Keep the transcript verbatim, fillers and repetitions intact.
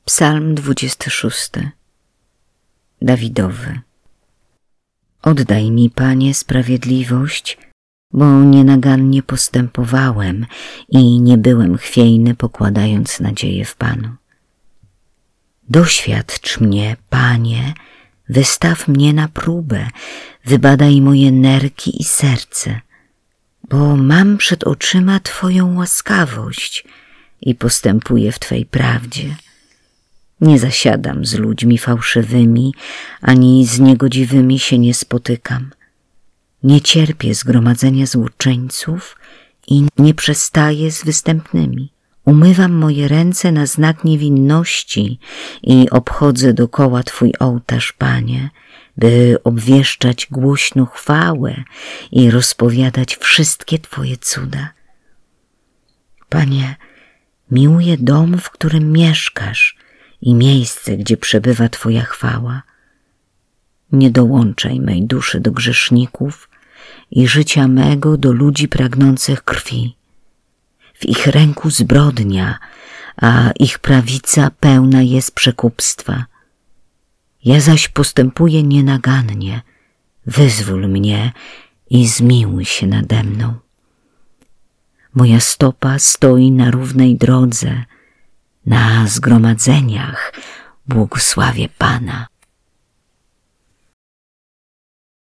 Psalm dwudziesty szósty. Dawidowy. Oddaj mi, Panie, sprawiedliwość, bo nienagannie postępowałem i nie byłem chwiejny, pokładając nadzieję w Panu. Doświadcz mnie, Panie, wystaw mnie na próbę, wybadaj moje nerki i serce, bo mam przed oczyma Twoją łaskawość i postępuję w Twej prawdzie. Nie zasiadam z ludźmi fałszywymi, ani z niegodziwymi się nie spotykam. Nie cierpię zgromadzenia złoczyńców i nie przestaję z występnymi. Umywam moje ręce na znak niewinności i obchodzę dokoła Twój ołtarz, Panie, by obwieszczać głośną chwałę i rozpowiadać wszystkie Twoje cuda. Panie, miłuję dom, w którym mieszkasz, i miejsce, gdzie przebywa Twoja chwała. Nie dołączaj mej duszy do grzeszników i życia mego do ludzi pragnących krwi. W ich ręku zbrodnia, a ich prawica pełna jest przekupstwa. Ja zaś postępuję nienagannie. Wyzwól mnie i zmiłuj się nade mną. Moja stopa stoi na równej drodze. Na zgromadzeniach błogosławię Pana.